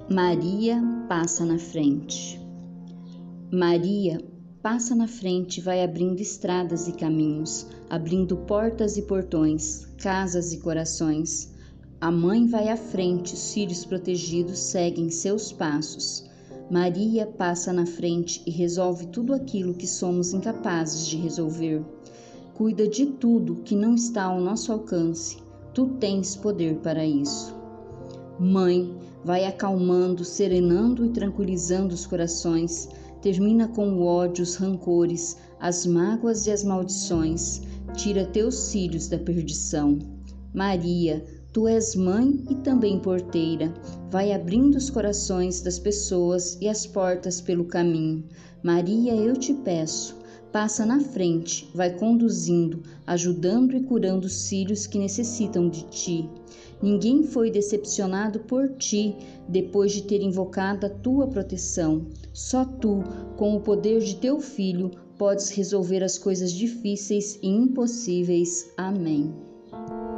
Maria passa na frente. Maria passa na frente, vai abrindo estradas e caminhos, abrindo portas e portões, casas e corações. A mãe vai à frente, os filhos protegidos seguem seus passos. Maria passa na frente e resolve tudo aquilo que somos incapazes de resolver. Cuida de tudo que não está ao nosso alcance. Tu tens poder para isso. Mãe vai acalmando, serenando e tranquilizando os corações. Termina com o ódio, os rancores, as mágoas e as maldições. Tira teus filhos da perdição. Maria, tu és mãe e também porteira. Vai abrindo os corações das pessoas e as portas pelo caminho. Maria, eu te peço, passa na frente, vai conduzindo, ajudando e curando os filhos que necessitam de ti. Ninguém foi decepcionado por ti depois de ter invocado a tua proteção. Só tu, com o poder de teu Filho, podes resolver as coisas difíceis e impossíveis. Amém.